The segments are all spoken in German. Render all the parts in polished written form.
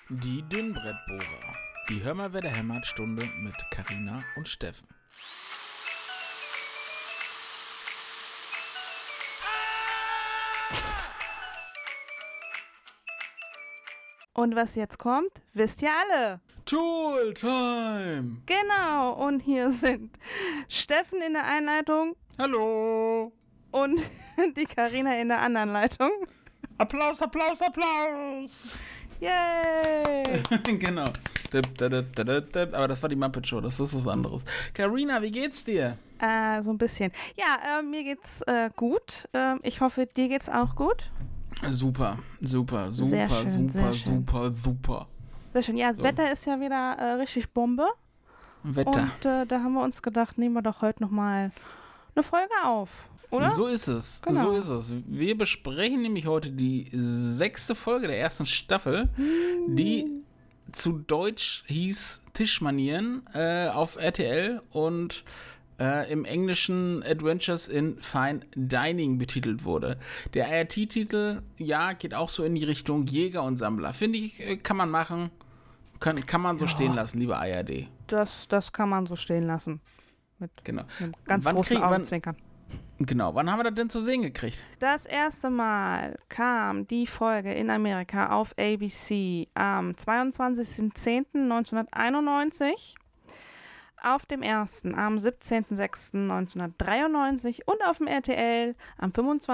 Die Dünnbrettbohrer. Die Hör mal, wer der hämmert Stunde mit Carina und Steffen. Und was jetzt kommt, wisst ihr alle. Tooltime! Genau, und hier sind Steffen in der Einleitung Hallo! und die Carina in der anderen Leitung. Applaus, Applaus, Applaus! Yay! Genau. Aber das war die Muppet Show, das ist was anderes. Carina, wie geht's dir? So ein bisschen. Ja, mir geht's gut. Ich hoffe, dir geht's auch gut. Super. Sehr schön. Super. Sehr schön. Ja, So. Wetter ist ja wieder richtig Bombe. Wetter. Und da haben wir uns gedacht, nehmen wir doch heute nochmal eine Folge auf, oder? So ist es. Genau. So ist es. Wir besprechen nämlich heute die 6. Folge der ersten Staffel, die zu Deutsch hieß Tischmanieren auf RTL und im Englischen Adventures in Fine Dining betitelt wurde. Der ART-Titel, ja, geht auch so in die Richtung Jäger und Sammler. Finde ich, kann man machen. Kann man so stehen lassen, liebe ARD. Das kann man so stehen lassen. Mit Genau. einem ganz Wann großen krieg- wann- Augenzwinkern. Genau, wann haben wir das denn zu sehen gekriegt? Das erste Mal kam die Folge in Amerika auf ABC am 22.10.1991, auf dem ersten am 17.06.1993 und auf dem RTL am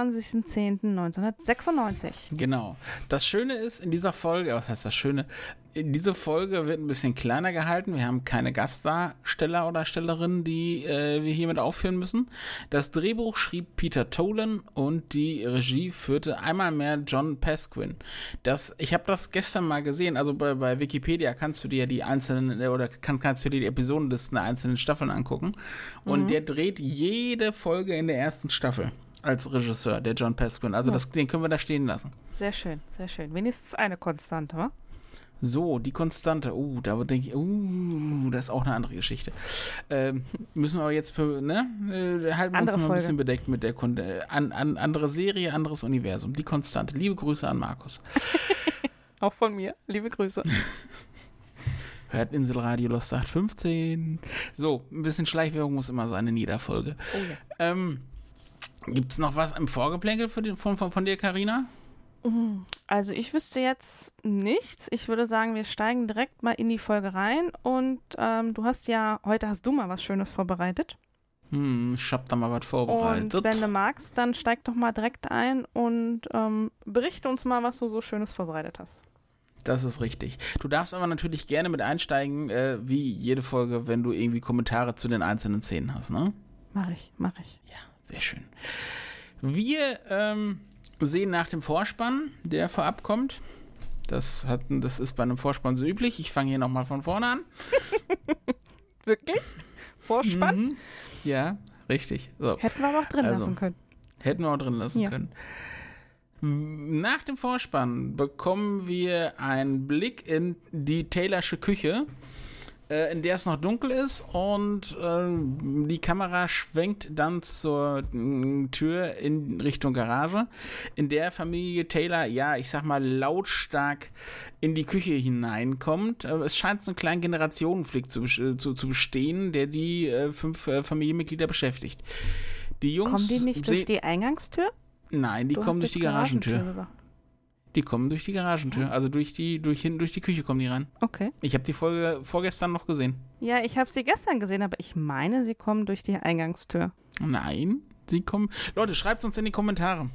25.10.1996. Genau. Das Schöne ist in dieser Folge, was heißt das Schöne? Diese Folge wird ein bisschen kleiner gehalten. Wir haben keine Gastdarsteller oder Stellerinnen, die wir hiermit aufführen müssen. Das Drehbuch schrieb Peter Tolan und die Regie führte einmal mehr John Pasquin. Ich habe das gestern mal gesehen. Also bei Wikipedia kannst du dir die einzelnen oder kannst du dir die Episodenlisten der einzelnen Staffeln angucken. Und der dreht jede Folge in der ersten Staffel als Regisseur, der John Pasquin. Also den können wir da stehen lassen. Sehr schön, sehr schön. Wenigstens eine Konstante, wa? So, die Konstante. Da denke ich, das ist auch eine andere Geschichte. Müssen wir aber jetzt, halten wir Andere uns mal ein Folge. bisschen bedeckt mit der andere Serie, anderes Universum. Die Konstante. Liebe Grüße an Markus. Auch von mir. Liebe Grüße. Hört Inselradio Lost 815. So, ein bisschen Schleichwerbung muss immer sein in jeder Folge. Oh ja. Gibt's noch was im Vorgeplänkel von dir, Carina? Also ich wüsste jetzt nichts. Ich würde sagen, wir steigen direkt mal in die Folge rein und heute hast du mal was Schönes vorbereitet. Ich hab da mal was vorbereitet. Und wenn du magst, dann steig doch mal direkt ein und berichte uns mal, was du so Schönes vorbereitet hast. Das ist richtig. Du darfst aber natürlich gerne mit einsteigen, wie jede Folge, wenn du irgendwie Kommentare zu den einzelnen Szenen hast, ne? Mach ich. Ja, sehr schön. Wir sehen nach dem Vorspann, der vorab kommt. Das ist bei einem Vorspann so üblich. Ich fange hier nochmal von vorne an. Wirklich? Vorspann? Ja, richtig. So. Hätten wir aber auch drin lassen können. Hätten wir auch drin lassen können. Nach dem Vorspann bekommen wir einen Blick in die Taylorsche Küche, in der es noch dunkel ist und die Kamera schwenkt dann zur Tür in Richtung Garage, in der Familie Taylor, ja, ich sag mal, lautstark in die Küche hineinkommt. Es scheint so einen kleinen Generationenflick zu bestehen, der die 5 Familienmitglieder beschäftigt. Die Jungs Kommen die nicht durch die Eingangstür? Nein, die kommen durch die Garagentür. gesagt. Die kommen durch die Garagentür, also hinten durch die Küche kommen die rein. Okay. Ich habe die Folge vorgestern noch gesehen. Ja, ich habe sie gestern gesehen, aber ich meine, sie kommen durch die Eingangstür. Nein, sie kommen. Leute, schreibt uns in die Kommentare.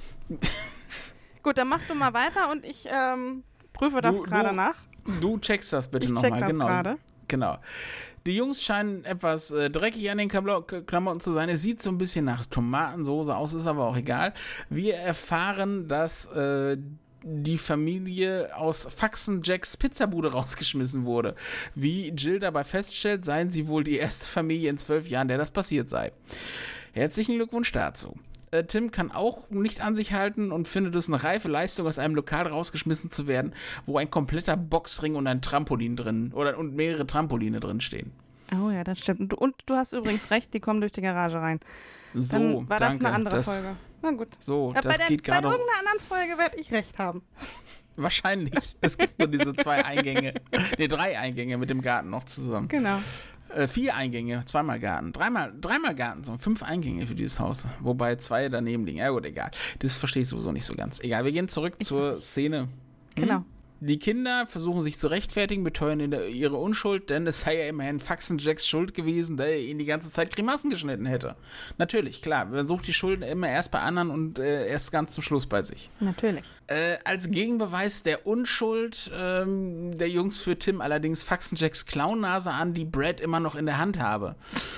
Gut, dann mach du mal weiter und ich prüfe das gerade nach. Du checkst das bitte Ich nochmal. check das gerade. Genau. Die Jungs scheinen etwas dreckig an den Klamotten zu sein. Es sieht so ein bisschen nach Tomatensoße aus, ist aber auch egal. Wir erfahren, dass die Familie aus Faxen Jacks Pizzabude rausgeschmissen wurde. Wie Jill dabei feststellt, seien sie wohl die erste Familie in 12 Jahren, der das passiert sei. Herzlichen Glückwunsch dazu. Tim kann auch nicht an sich halten und findet es eine reife Leistung, aus einem Lokal rausgeschmissen zu werden, wo ein kompletter Boxring und ein Trampolin drin und mehrere Trampoline drin stehen. Oh ja, das stimmt. Und du hast übrigens recht, die kommen durch die Garage rein. So, Dann war das danke. eine andere Folge. Na gut. So, das geht bei gerade. irgendeiner anderen Folge werde ich recht haben. Wahrscheinlich. Es gibt nur diese 2 Eingänge. Ne, 3 Eingänge mit dem Garten noch zusammen. Genau. 4 Eingänge, 2-mal Garten. Dreimal Garten, so 5 Eingänge für dieses Haus. Wobei 2 daneben liegen. Ja gut, egal. Das verstehe ich sowieso nicht so ganz. Egal, wir gehen zurück zur Szene. Genau. Die Kinder versuchen sich zu rechtfertigen, beteuern ihre Unschuld, denn es sei ja immerhin Faxenjacks Schuld gewesen, da er ihnen die ganze Zeit Grimassen geschnitten hätte. Natürlich, klar, man sucht die Schulden immer erst bei anderen und erst ganz zum Schluss bei sich. Natürlich. Als Gegenbeweis der Unschuld der Jungs führt Tim allerdings Faxenjacks Clownnase an, die Brad immer noch in der Hand habe.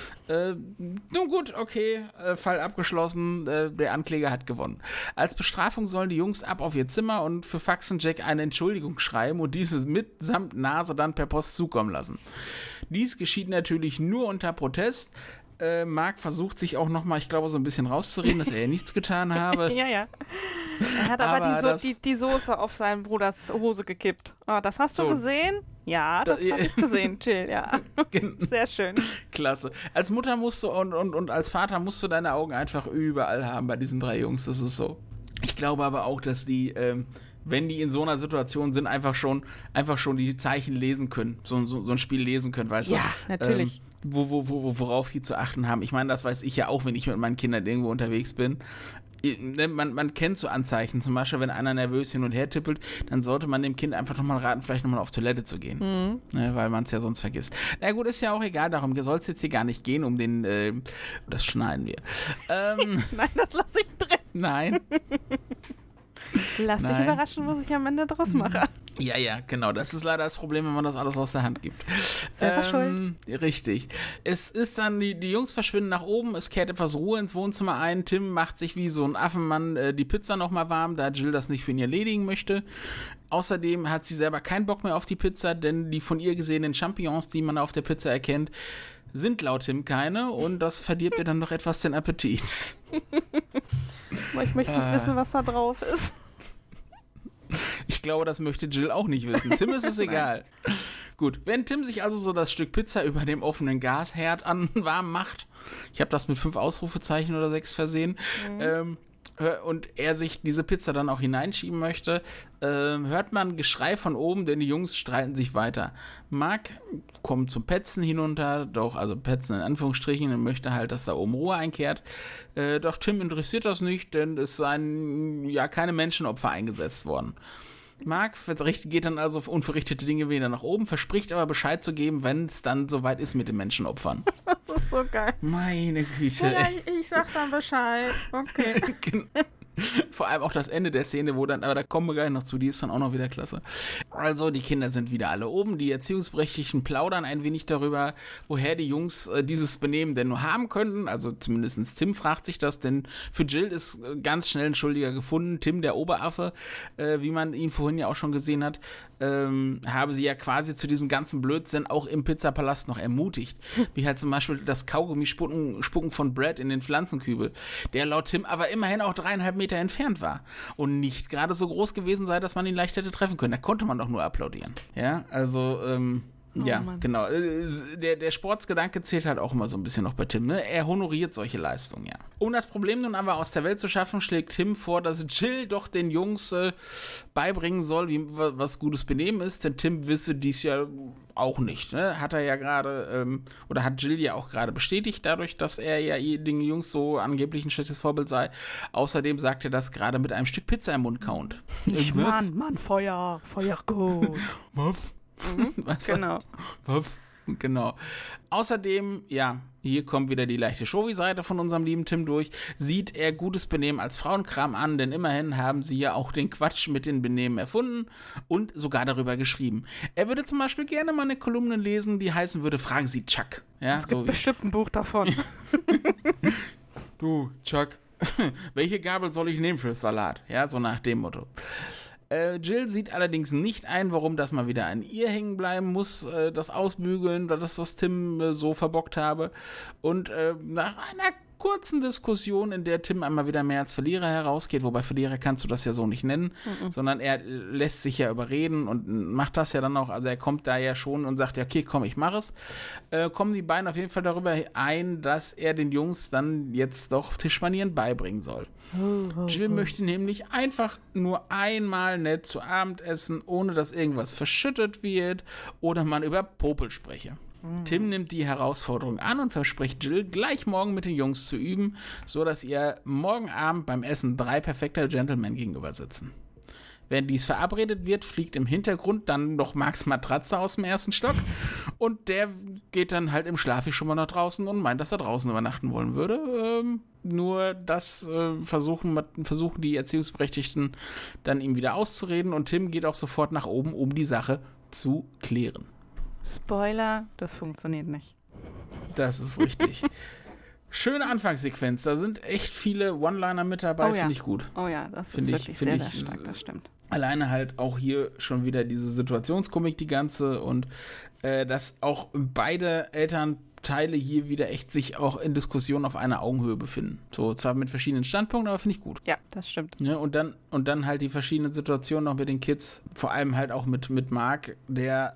Nun gut, okay, Fall abgeschlossen, der Ankläger hat gewonnen. Als Bestrafung sollen die Jungs ab auf ihr Zimmer und für Faxenjack eine Entschuldigung schreiben und diese mitsamt Nase dann per Post zukommen lassen. Dies geschieht natürlich nur unter Protest. Mark versucht sich auch nochmal, ich glaube, so ein bisschen rauszureden, dass er nichts getan habe. Ja. Er hat aber die Soße auf seinen Bruders Hose gekippt. Oh, das hast du gesehen? Ja, das habe ich gesehen, Jill, ja. Sehr schön. Klasse. Als Mutter musst du und als Vater musst du deine Augen einfach überall haben bei diesen 3 Jungs, das ist so. Ich glaube aber auch, dass die, wenn die in so einer Situation sind, einfach schon die Zeichen lesen können, so ein Spiel lesen können, weißt du? Ja, natürlich. Worauf die zu achten haben. Ich meine, das weiß ich ja auch, wenn ich mit meinen Kindern irgendwo unterwegs bin. Man kennt so Anzeichen, zum Beispiel, wenn einer nervös hin und her tippelt, dann sollte man dem Kind einfach nochmal raten, vielleicht nochmal auf Toilette zu gehen, weil man es ja sonst vergisst. Na gut, ist ja auch egal, darum soll es jetzt hier gar nicht gehen, um den, das schneiden wir. Nein, das lasse ich drin. Nein. Lass dich überraschen, was ich am Ende draus mache. Ja, genau. Das ist leider das Problem, wenn man das alles aus der Hand gibt. Selber schuld. Richtig. Es ist dann, die Jungs verschwinden nach oben, es kehrt etwas Ruhe ins Wohnzimmer ein. Tim macht sich wie so ein Affenmann die Pizza nochmal warm, da Jill das nicht für ihn erledigen möchte. Außerdem hat sie selber keinen Bock mehr auf die Pizza, denn die von ihr gesehenen Champignons, die man auf der Pizza erkennt, sind laut Tim keine und das verdirbt ihr dann doch etwas den Appetit. Ich möchte nicht wissen, was da drauf ist. Ich glaube, das möchte Jill auch nicht wissen. Tim ist es egal. Gut, wenn Tim sich also so das Stück Pizza über dem offenen Gasherd warm macht, ich habe das mit 5 Ausrufezeichen oder 6 versehen, und er sich diese Pizza dann auch hineinschieben möchte, hört man Geschrei von oben, denn die Jungs streiten sich weiter. Mark kommt zum Petzen hinunter, also Petzen in Anführungsstrichen, und möchte halt, dass da oben Ruhe einkehrt. Doch Tim interessiert das nicht, denn es seien ja keine Menschenopfer eingesetzt worden. Mark geht dann also auf unverrichtete Dinge wieder nach oben, verspricht aber Bescheid zu geben, wenn es dann soweit ist mit den Menschenopfern. Das ist so geil. Meine Güte. Ja, ich sag dann Bescheid. Okay. Vor allem auch das Ende der Szene, wo dann, aber da kommen wir gleich noch zu, die ist dann auch noch wieder klasse. Also, die Kinder sind wieder alle oben, die Erziehungsberechtigten plaudern ein wenig darüber, woher die Jungs dieses Benehmen denn nur haben könnten. Also zumindest Tim fragt sich das, denn für Jill ist ganz schnell ein Schuldiger gefunden. Tim, der Oberaffe, wie man ihn vorhin ja auch schon gesehen hat, habe sie ja quasi zu diesem ganzen Blödsinn auch im Pizzapalast noch ermutigt. Wie halt zum Beispiel das Kaugummi-Spucken von Brad in den Pflanzenkübel, der laut Tim aber immerhin auch 3,5 Meter entfernt war und nicht gerade so groß gewesen sei, dass man ihn leicht hätte treffen können. Da konnte man doch nur applaudieren. Ja, also, ja, Mann. Genau. Der Sportsgedanke zählt halt auch immer so ein bisschen noch bei Tim, ne? Er honoriert solche Leistungen, ja. Um das Problem nun aber aus der Welt zu schaffen, schlägt Tim vor, dass Jill doch den Jungs beibringen soll, was gutes Benehmen ist, denn Tim wisse dies ja auch nicht, ne? Hat er ja gerade, oder hat Jill ja auch gerade bestätigt, dadurch, dass er ja den Jungs so angeblich ein schlechtes Vorbild sei. Außerdem sagt er das gerade mit einem Stück Pizza im Mund kauend. Mann, Feuer gut. Muff. Genau. Genau. Außerdem, ja, hier kommt wieder die leichte Showy-Seite von unserem lieben Tim durch, sieht er gutes Benehmen als Frauenkram an, denn immerhin haben sie ja auch den Quatsch mit den Benehmen erfunden und sogar darüber geschrieben. Er würde zum Beispiel gerne mal eine Kolumne lesen, die heißen würde, fragen Sie Chuck. Ja, es gibt bestimmt ein Buch davon. Du, Chuck, welche Gabel soll ich nehmen für Salat? Ja, so nach dem Motto. Jill sieht allerdings nicht ein, warum das mal wieder an ihr hängen bleiben muss, das Ausbügeln, das was Tim so verbockt habe. Und nach einer kurzen Diskussion, in der Tim einmal wieder mehr als Verlierer herausgeht, wobei Verlierer kannst du das ja so nicht nennen, sondern er lässt sich ja überreden und macht das ja dann auch, also er kommt da ja schon und sagt, ja, okay, komm, ich mach es. Kommen die beiden auf jeden Fall darüber ein, dass er den Jungs dann jetzt doch Tischmanieren beibringen soll. Jill möchte nämlich einfach nur einmal nett zu Abend essen, ohne dass irgendwas verschüttet wird oder man über Popel spreche. Tim nimmt die Herausforderung an und verspricht Jill, gleich morgen mit den Jungs zu üben, sodass ihr morgen Abend beim Essen 3 perfekte Gentlemen gegenüber sitzen. Während dies verabredet wird, fliegt im Hintergrund dann noch Marks Matratze aus dem 1. Stock und der geht dann halt im Schlafi schon mal nach draußen und meint, dass er draußen übernachten wollen würde. Nur das versuchen die Erziehungsberechtigten dann ihm wieder auszureden und Tim geht auch sofort nach oben, um die Sache zu klären. Spoiler, das funktioniert nicht. Das ist richtig. Schöne Anfangssequenz, da sind echt viele One-Liner mit dabei, finde ich gut. Oh ja, das ist wirklich sehr, sehr stark, das stimmt. Alleine halt auch hier schon wieder diese Situationskomik, die ganze, und dass auch beide Elternteile hier wieder echt sich auch in Diskussionen auf einer Augenhöhe befinden. So, zwar mit verschiedenen Standpunkten, aber finde ich gut. Ja, das stimmt. Ja, und dann halt die verschiedenen Situationen noch mit den Kids, vor allem halt auch mit Mark, der,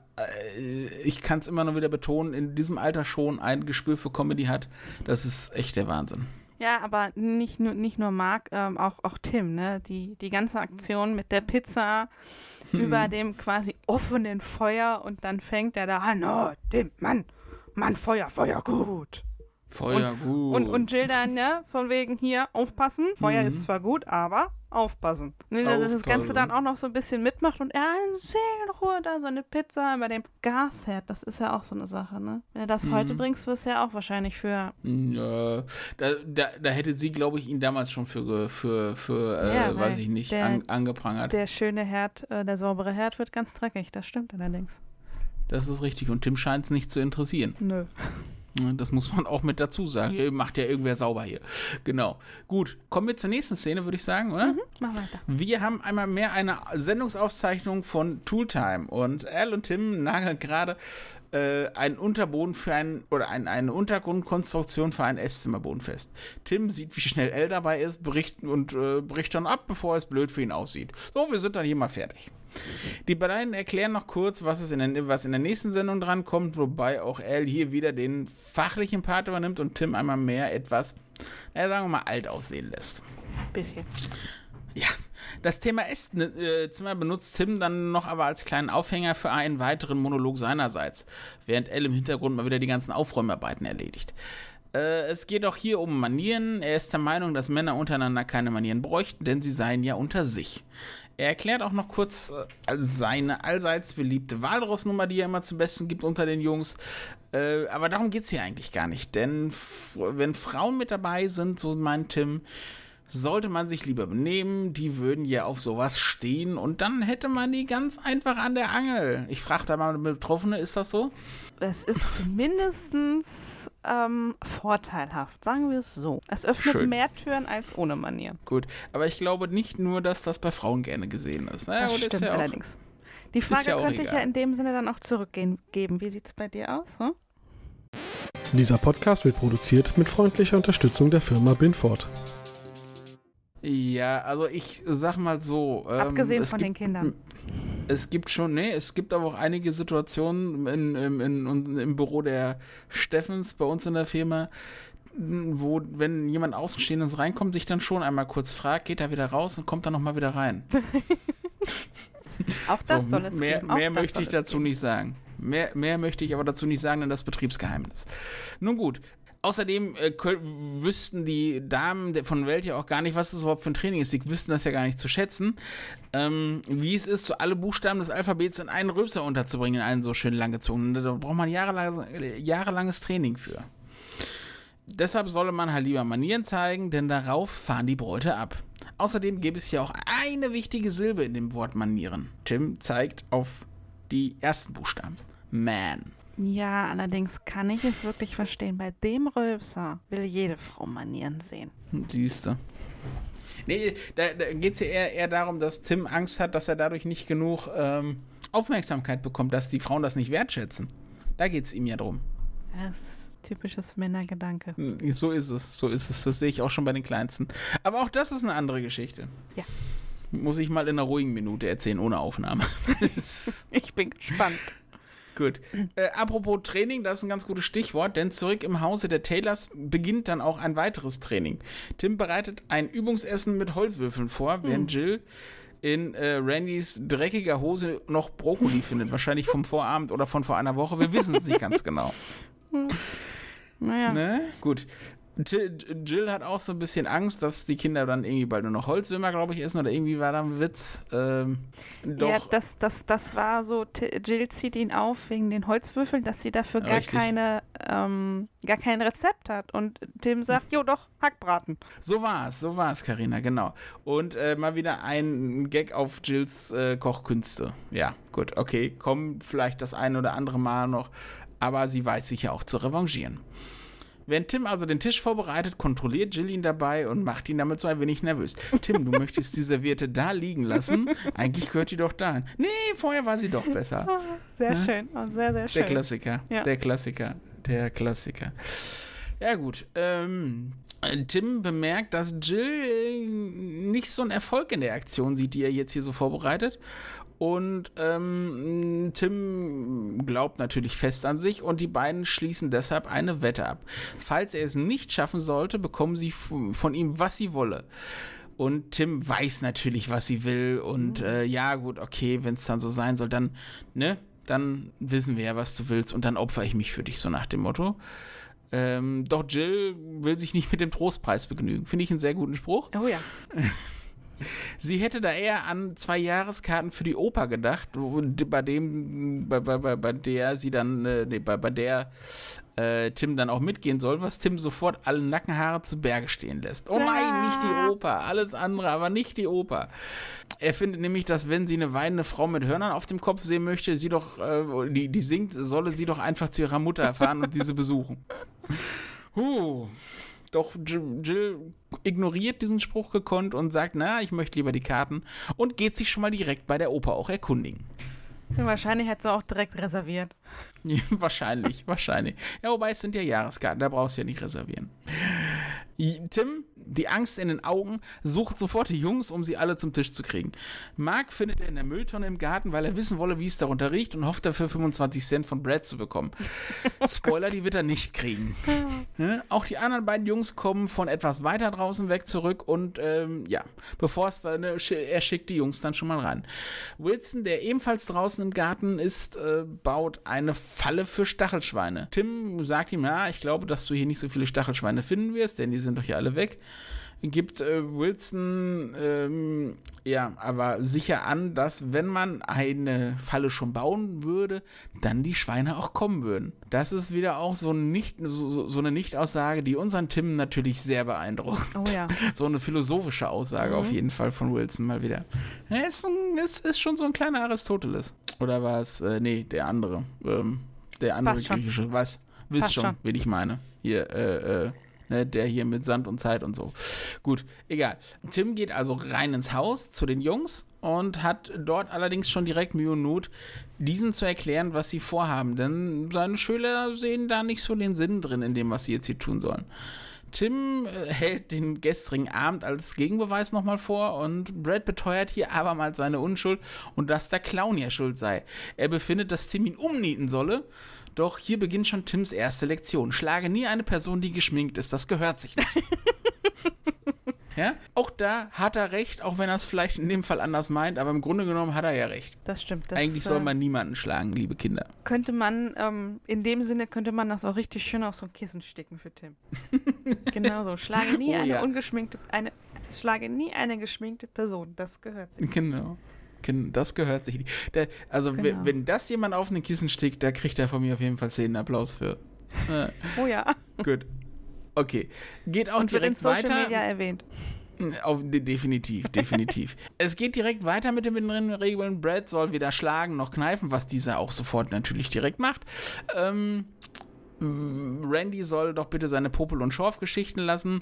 ich kann es immer noch wieder betonen, in diesem Alter schon ein Gespür für Comedy hat. Das ist echt der Wahnsinn. Ja, aber nicht nur Mark, auch Tim, ne? Die ganze Aktion mit der Pizza über dem quasi offenen Feuer und dann fängt er da an, oh, Tim, Mann, Feuer, gut. Feuer gut. Und Jill dann, ne, von wegen hier, aufpassen, Feuer ist zwar gut, aber aufpassen. Ne, dass das Ganze dann auch noch so ein bisschen mitmacht und er in Seelenruhe da so eine Pizza über dem Gasherd, das ist ja auch so eine Sache, ne? Wenn du das heute bringst, wirst du ja auch wahrscheinlich für... Ja, da hätte sie, glaube ich, ihn damals schon für weiß ich nicht, angeprangert. Der schöne Herd, der saubere Herd wird ganz dreckig, das stimmt allerdings. Das ist richtig und Tim scheint es nicht zu interessieren. Nö. Das muss man auch mit dazu sagen. Hier macht ja irgendwer sauber hier. Genau. Gut, kommen wir zur nächsten Szene, würde ich sagen, oder? Mach weiter. Wir haben einmal mehr eine Sendungsaufzeichnung von Tooltime und Al und Tim nageln gerade einen Unterboden für eine Untergrundkonstruktion für einen Esszimmerboden fest. Tim sieht, wie schnell Al dabei ist, bricht dann ab, bevor es blöd für ihn aussieht. So, wir sind dann hier mal fertig. Die beiden erklären noch kurz, was in der nächsten Sendung drankommt, wobei auch Al hier wieder den fachlichen Part übernimmt und Tim einmal mehr etwas, sagen wir mal, alt aussehen lässt. Bisschen. Ja, das Thema Esszimmer benutzt Tim dann noch aber als kleinen Aufhänger für einen weiteren Monolog seinerseits, während Al im Hintergrund mal wieder die ganzen Aufräumarbeiten erledigt. Es geht auch hier um Manieren. Er ist der Meinung, dass Männer untereinander keine Manieren bräuchten, denn sie seien ja unter sich. Er erklärt auch noch kurz seine allseits beliebte Walross-Nummer, die er immer zum Besten gibt unter den Jungs. Aber darum geht es hier eigentlich gar nicht, denn wenn Frauen mit dabei sind, so meint Tim, sollte man sich lieber benehmen, die würden ja auf sowas stehen und dann hätte man die ganz einfach an der Angel. Ich frage da mal Betroffene, ist das so? Es ist zumindest vorteilhaft, sagen wir es so. Es öffnet mehr Türen als ohne Manieren. Gut, aber ich glaube nicht nur, dass das bei Frauen gerne gesehen ist. Naja, das stimmt ist ja allerdings. Die Frage könnte ich ja in dem Sinne dann auch zurückgeben. Wie sieht es bei dir aus? Hm? Dieser Podcast wird produziert mit freundlicher Unterstützung der Firma Binford. Ja, also ich sag mal so. Abgesehen von den Kindern. Es gibt aber auch einige Situationen im Büro der Steffens bei uns in der Firma, wo, wenn jemand Außenstehendes reinkommt, sich dann schon einmal kurz fragt, geht er wieder raus und kommt dann nochmal wieder rein. Auch das soll es geben. Mehr möchte ich dazu nicht sagen. Mehr möchte ich aber dazu nicht sagen, denn das Betriebsgeheimnis. Nun gut. Außerdem wüssten die Damen von Welt ja auch gar nicht, was das überhaupt für ein Training ist. Die wüssten das ja gar nicht zu schätzen, wie es ist, so alle Buchstaben des Alphabets in einen Rülpser unterzubringen, in einen so schön langgezogenen. Da braucht man jahrelanges Training für. Deshalb solle man halt lieber Manieren zeigen, denn darauf fahren die Bräute ab. Außerdem gäbe es hier auch eine wichtige Silbe in dem Wort Manieren. Tim zeigt auf die ersten Buchstaben. Man. Ja, allerdings kann ich es wirklich verstehen. Bei dem Rülpser will jede Frau Manieren sehen. Siehste. Nee, da geht es ja eher darum, dass Tim Angst hat, dass er dadurch nicht genug Aufmerksamkeit bekommt, dass die Frauen das nicht wertschätzen. Da geht es ihm ja drum. Das ist typisches Männergedanke. So ist es. Das sehe ich auch schon bei den Kleinsten. Aber auch das ist eine andere Geschichte. Ja. Muss ich mal in einer ruhigen Minute erzählen, ohne Aufnahme. Ich bin gespannt. Gut. Apropos Training, das ist ein ganz gutes Stichwort, denn zurück im Hause der Taylors beginnt dann auch ein weiteres Training. Tim bereitet ein Übungsessen mit Holzwürfeln vor, während Jill in Randys dreckiger Hose noch Brokkoli findet. Wahrscheinlich vom Vorabend oder von vor einer Woche. Wir wissen es nicht ganz genau. Naja. Ne? Gut. Jill hat auch so ein bisschen Angst, dass die Kinder dann irgendwie bald nur noch Holzwürmer, glaube ich, essen oder irgendwie war da ein Witz. Ja, das war so, Jill zieht ihn auf wegen den Holzwürfeln, dass sie dafür gar kein Rezept hat. Und Tim sagt, jo doch, Hackbraten. So war es, Carina, genau. Und mal wieder ein Gag auf Jills Kochkünste. Ja, gut, okay, kommen vielleicht das ein oder andere Mal noch, aber sie weiß sich ja auch zu revanchieren. Während Tim also den Tisch vorbereitet, kontrolliert Jill ihn dabei und macht ihn damit so ein wenig nervös. Tim, du möchtest die Serviette da liegen lassen? Eigentlich gehört die doch dahin. Nee, vorher war sie doch besser. Sehr schön, sehr, sehr schön. Der Klassiker. Ja gut, Tim bemerkt, dass Jill nicht so einen Erfolg in der Aktion sieht, die er jetzt hier so vorbereitet. Und Tim glaubt natürlich fest an sich und die beiden schließen deshalb eine Wette ab. Falls er es nicht schaffen sollte, bekommen sie von ihm, was sie wolle. Und Tim weiß natürlich, was sie will und ja gut, okay, wenn es dann so sein soll, dann, ne, dann wissen wir ja, was du willst und dann opfere ich mich für dich, so nach dem Motto. Doch Jill will sich nicht mit dem Trostpreis begnügen. Finde ich einen sehr guten Spruch. Oh ja. Sie hätte da eher an 2 Jahreskarten für die Oper gedacht, bei der Tim dann auch mitgehen soll, was Tim sofort alle Nackenhaare zu Berge stehen lässt. Oh nein, nicht die Oper, alles andere, aber nicht die Oper. Er findet nämlich, dass wenn sie eine weinende Frau mit Hörnern auf dem Kopf sehen möchte, sie doch, die singt, solle sie doch einfach zu ihrer Mutter fahren und diese besuchen. Doch Jill ignoriert diesen Spruch gekonnt und sagt, na, ich möchte lieber die Karten und geht sich schon mal direkt bei der Oper auch erkundigen. Ja, wahrscheinlich hat sie auch direkt reserviert. Ja, wahrscheinlich. Ja, wobei es sind ja Jahreskarten, da brauchst du ja nicht reservieren. Tim, die Angst in den Augen, sucht sofort die Jungs, um sie alle zum Tisch zu kriegen. Mark findet er in der Mülltonne im Garten, weil er wissen wolle, wie es darunter riecht und hofft dafür 25 Cent von Brad zu bekommen. Spoiler, die wird er nicht kriegen. Ja, auch die anderen beiden Jungs kommen von etwas weiter draußen weg zurück und ja, bevor es dann, er schickt die Jungs dann schon mal ran. Wilson, der ebenfalls draußen im Garten ist, baut eine Falle für Stachelschweine. Tim sagt ihm, ja, ich glaube, dass du hier nicht so viele Stachelschweine finden wirst, denn die sind doch hier alle weg. Gibt Wilson ja aber sicher an, dass wenn man eine Falle schon bauen würde, dann die Schweine auch kommen würden. Das ist wieder auch so eine Nicht-Aussage, die unseren Tim natürlich sehr beeindruckt. Oh ja. So eine philosophische Aussage auf jeden Fall von Wilson mal wieder. Ja, ist schon so ein kleiner Aristoteles. Oder war es, nee, der andere. Der andere griechische. Was? Wisst schon, wen ich meine. Hier, der hier mit Sand und Zeit und so. Gut, egal. Tim geht also rein ins Haus zu den Jungs und hat dort allerdings schon direkt Mühe und Not, diesen zu erklären, was sie vorhaben. Denn seine Schüler sehen da nicht so den Sinn drin in dem, was sie jetzt hier tun sollen. Tim hält den gestrigen Abend als Gegenbeweis nochmal vor und Brad beteuert hier abermals seine Unschuld und dass der Clown ja schuld sei. Er befindet, dass Tim ihn umnieten solle. Doch hier beginnt schon Tims erste Lektion. Schlage nie eine Person, die geschminkt ist. Das gehört sich nicht. Ja? Auch da hat er recht, auch wenn er es vielleicht in dem Fall anders meint, aber im Grunde genommen hat er ja recht. Das stimmt. Eigentlich soll man niemanden schlagen, liebe Kinder. Könnte man, in dem Sinne könnte man das auch richtig schön auf so ein Kissen sticken für Tim. Genau so. Schlage nie schlage nie eine geschminkte Person. Das gehört sich. Genau. Das gehört sich nicht. Wenn das jemand auf ein Kissen stickt, da kriegt er von mir auf jeden Fall 10 Applaus für. Oh ja. Gut. Okay. Geht auch und direkt weiter. Und wird in Social weiter. Media erwähnt. Definitiv. Es geht direkt weiter mit den Regeln. Brad soll weder schlagen noch kneifen, was dieser auch sofort natürlich direkt macht. Randy soll doch bitte seine Popel- und Schorf-Geschichten lassen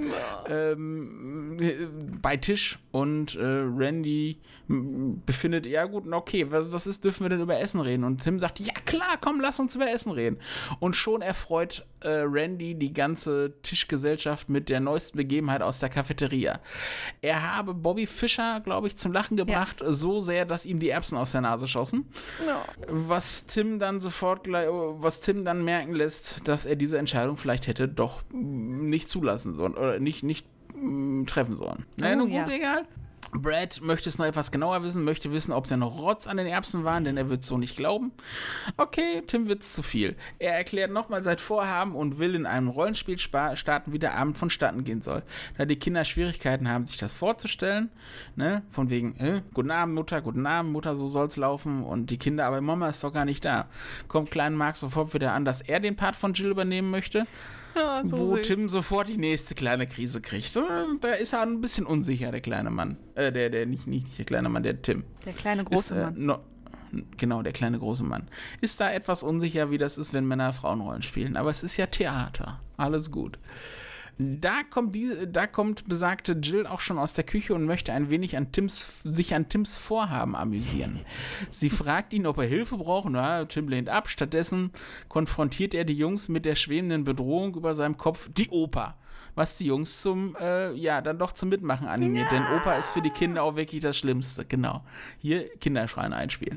bei Tisch und Randy befindet, ja gut, okay, was ist, dürfen wir denn über Essen reden? Und Tim sagt, ja klar, komm, lass uns über Essen reden. Und schon erfreut Randy die ganze Tischgesellschaft mit der neuesten Begebenheit aus der Cafeteria. Er habe Bobby Fischer, glaube ich, zum Lachen gebracht, so sehr, dass ihm die Erbsen aus der Nase schossen. No. Was Tim dann merken lässt, dass er diese Entscheidung vielleicht hätte doch nicht zulassen sollen oder nicht treffen sollen. Naja, nun gut, egal. Brad möchte es noch etwas genauer wissen, möchte wissen, ob da noch Rotz an den Erbsen waren, denn er wird es so nicht glauben. Okay, Tim wird's zu viel. Er erklärt nochmal sein Vorhaben und will in einem Rollenspiel starten, wie der Abend vonstatten gehen soll. Da die Kinder Schwierigkeiten haben, sich das vorzustellen, ne, von wegen, guten Abend, Mutter, so soll's laufen, und die Kinder, aber Mama ist doch gar nicht da. Kommt kleinen Mark sofort wieder an, dass er den Part von Jill übernehmen möchte. Ja, so wo süß. Tim sofort die nächste kleine Krise kriegt. Da ist er ein bisschen unsicher, der kleine Mann. Nicht der kleine Mann, der Tim. Der kleine große Mann. Genau, der kleine große Mann. Ist da etwas unsicher, wie das ist, wenn Männer Frauenrollen spielen. Aber es ist ja Theater. Alles gut. Da kommt besagte Jill auch schon aus der Küche und möchte ein wenig sich an Tims Vorhaben amüsieren. Sie fragt ihn, ob er Hilfe braucht. Na, Tim lehnt ab. Stattdessen konfrontiert er die Jungs mit der schwebenden Bedrohung über seinem Kopf, die Oper. Was die Jungs dann doch zum Mitmachen animiert. Ja. Denn Oper ist für die Kinder auch wirklich das Schlimmste. Genau. Hier Kinderschreien einspielen.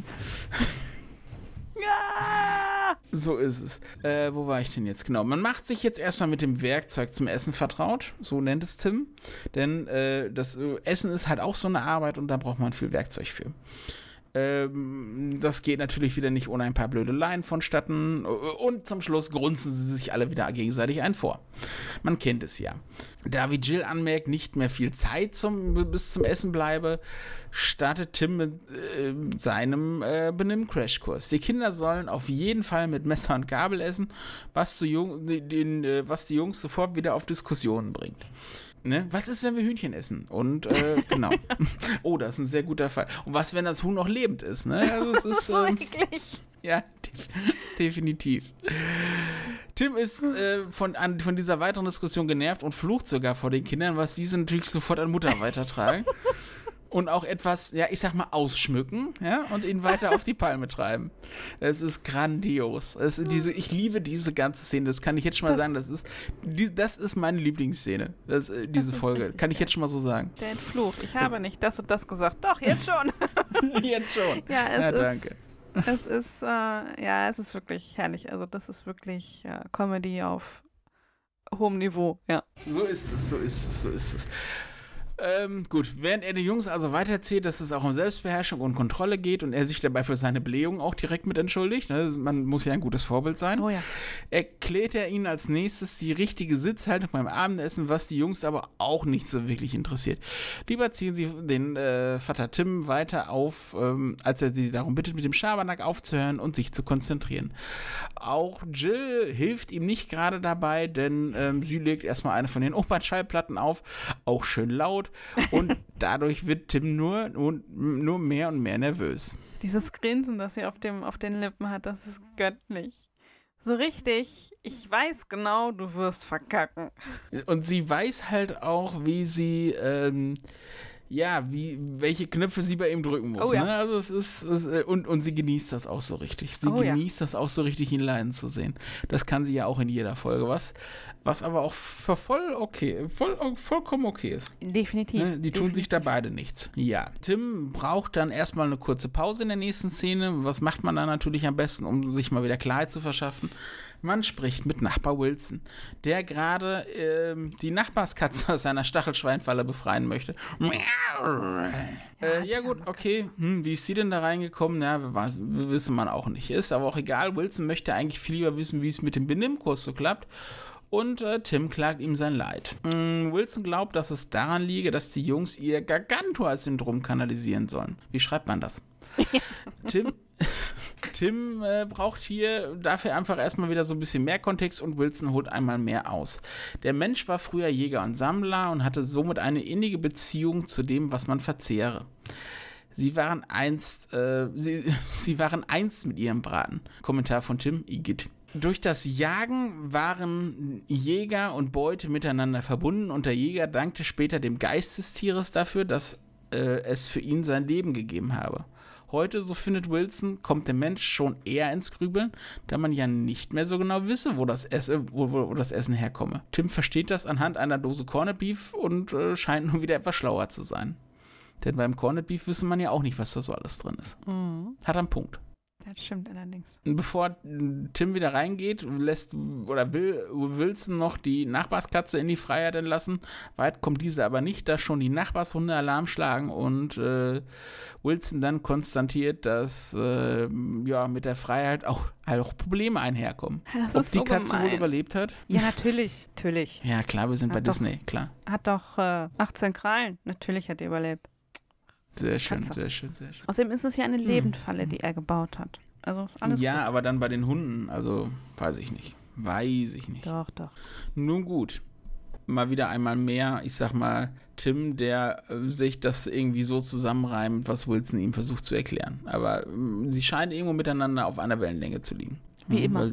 Ja! So ist es. Wo war ich denn jetzt? Genau. Man macht sich jetzt erstmal mit dem Werkzeug zum Essen vertraut. So nennt es Tim. Denn das Essen ist halt auch so eine Arbeit und da braucht man viel Werkzeug für. Das geht natürlich wieder nicht ohne ein paar Blödeleien vonstatten. Und zum Schluss grunzen sie sich alle wieder gegenseitig ein vor. Man kennt es ja. Da, wie Jill anmerkt, nicht mehr viel Zeit bis zum Essen bleibe, startet Tim mit seinem Benimm-Crashkurs. Die Kinder sollen auf jeden Fall mit Messer und Gabel essen, was die Jungs sofort wieder auf Diskussionen bringt. Ne? Was ist, wenn wir Hühnchen essen? Und genau. Oh, das ist ein sehr guter Fall. Und was, wenn das Huhn noch lebend ist? Ne? Also, es ist so eklig. Ja, definitiv. Tim ist von dieser weiteren Diskussion genervt und flucht sogar vor den Kindern, was diese natürlich sofort an Mutter weitertragen. Und auch etwas, ja, ich sag mal, ausschmücken, ja, und ihn weiter auf die Palme treiben. Es ist grandios. Ich liebe diese ganze Szene, das kann ich jetzt schon mal sagen, das ist meine Lieblingsszene, diese Folge, richtig, kann ich jetzt schon mal so sagen. Der Entfluch, ich habe nicht das und das gesagt, doch, jetzt schon. Jetzt schon. Ja, danke. Es ist wirklich herrlich, also das ist wirklich Comedy auf hohem Niveau, ja. So ist es. Gut, während er den Jungs also weitererzählt, dass es auch um Selbstbeherrschung und Kontrolle geht und er sich dabei für seine Blähung auch direkt mit entschuldigt, ne? Man muss ja ein gutes Vorbild sein, erklärt er ihnen als nächstes die richtige Sitzhaltung beim Abendessen, was die Jungs aber auch nicht so wirklich interessiert. Lieber ziehen sie den Vater Tim weiter auf, als er sie darum bittet, mit dem Schabernack aufzuhören und sich zu konzentrieren. Auch Jill hilft ihm nicht gerade dabei, denn sie legt erstmal eine von den Opernschallplatten auf, auch schön laut. Und dadurch wird Tim nur mehr und mehr nervös. Dieses Grinsen, das sie auf den Lippen hat, das ist göttlich. So richtig, ich weiß genau, du wirst verkacken. Und sie weiß halt auch, wie sie, welche Knöpfe sie bei ihm drücken muss. Ne? Also und sie genießt das auch so richtig. Sie genießt das auch so richtig, ihn leiden zu sehen. Das kann sie ja auch in jeder Folge. Was aber auch vollkommen okay ist. Definitiv. Ne? Die tun sich da beide nichts. Ja. Tim braucht dann erstmal eine kurze Pause in der nächsten Szene. Was macht man da natürlich am besten, um sich mal wieder Klarheit zu verschaffen? Man spricht mit Nachbar Wilson, der gerade die Nachbarskatze aus seiner Stachelschweinfalle befreien möchte. Ja gut, okay. Wie ist sie denn da reingekommen? Ja, wissen man auch nicht. Ist aber auch egal. Wilson möchte eigentlich viel lieber wissen, wie es mit dem Benimmkurs so klappt. Und Tim klagt ihm sein Leid. Wilson glaubt, dass es daran liege, dass die Jungs ihr Gargantua-Syndrom kanalisieren sollen. Wie schreibt man das? Tim braucht hier dafür einfach erstmal wieder so ein bisschen mehr Kontext und Wilson holt einmal mehr aus. Der Mensch war früher Jäger und Sammler und hatte somit eine innige Beziehung zu dem, was man verzehre. Sie waren einst mit ihrem Braten. Kommentar von Tim, Igitt. Durch das Jagen waren Jäger und Beute miteinander verbunden und der Jäger dankte später dem Geist des Tieres dafür, dass es für ihn sein Leben gegeben habe. Heute, so findet Wilson, kommt der Mensch schon eher ins Grübeln, da man ja nicht mehr so genau wisse, wo das Essen herkomme. Tim versteht das anhand einer Dose Corned Beef und scheint nun wieder etwas schlauer zu sein. Denn beim Corned Beef wisse man ja auch nicht, was da so alles drin ist. Hat einen Punkt. Das stimmt allerdings. Bevor Tim wieder reingeht, will Wilson noch die Nachbarskatze in die Freiheit entlassen. Weit kommt diese aber nicht, da schon die Nachbarshunde Alarm schlagen und Wilson dann konstatiert, dass mit der Freiheit auch Probleme einherkommen. Das Ob ist die so Katze gemein. wohl überlebt hat? Ja, natürlich. Ja, klar, wir sind bei Disney, klar. Hat doch 18 Krallen. Natürlich hat er überlebt. Sehr schön, Katze. sehr schön, sehr schön. Außerdem ist es ja eine Lebendfalle, die er gebaut hat. Also ist alles Ja, gut. aber dann bei den Hunden, also weiß ich nicht. Doch. Nun gut, mal wieder einmal mehr, ich sag mal, Tim, der sich das irgendwie so zusammenreimt, was Wilson ihm versucht zu erklären. Aber sie scheinen irgendwo miteinander auf einer Wellenlänge zu liegen. Wie immer.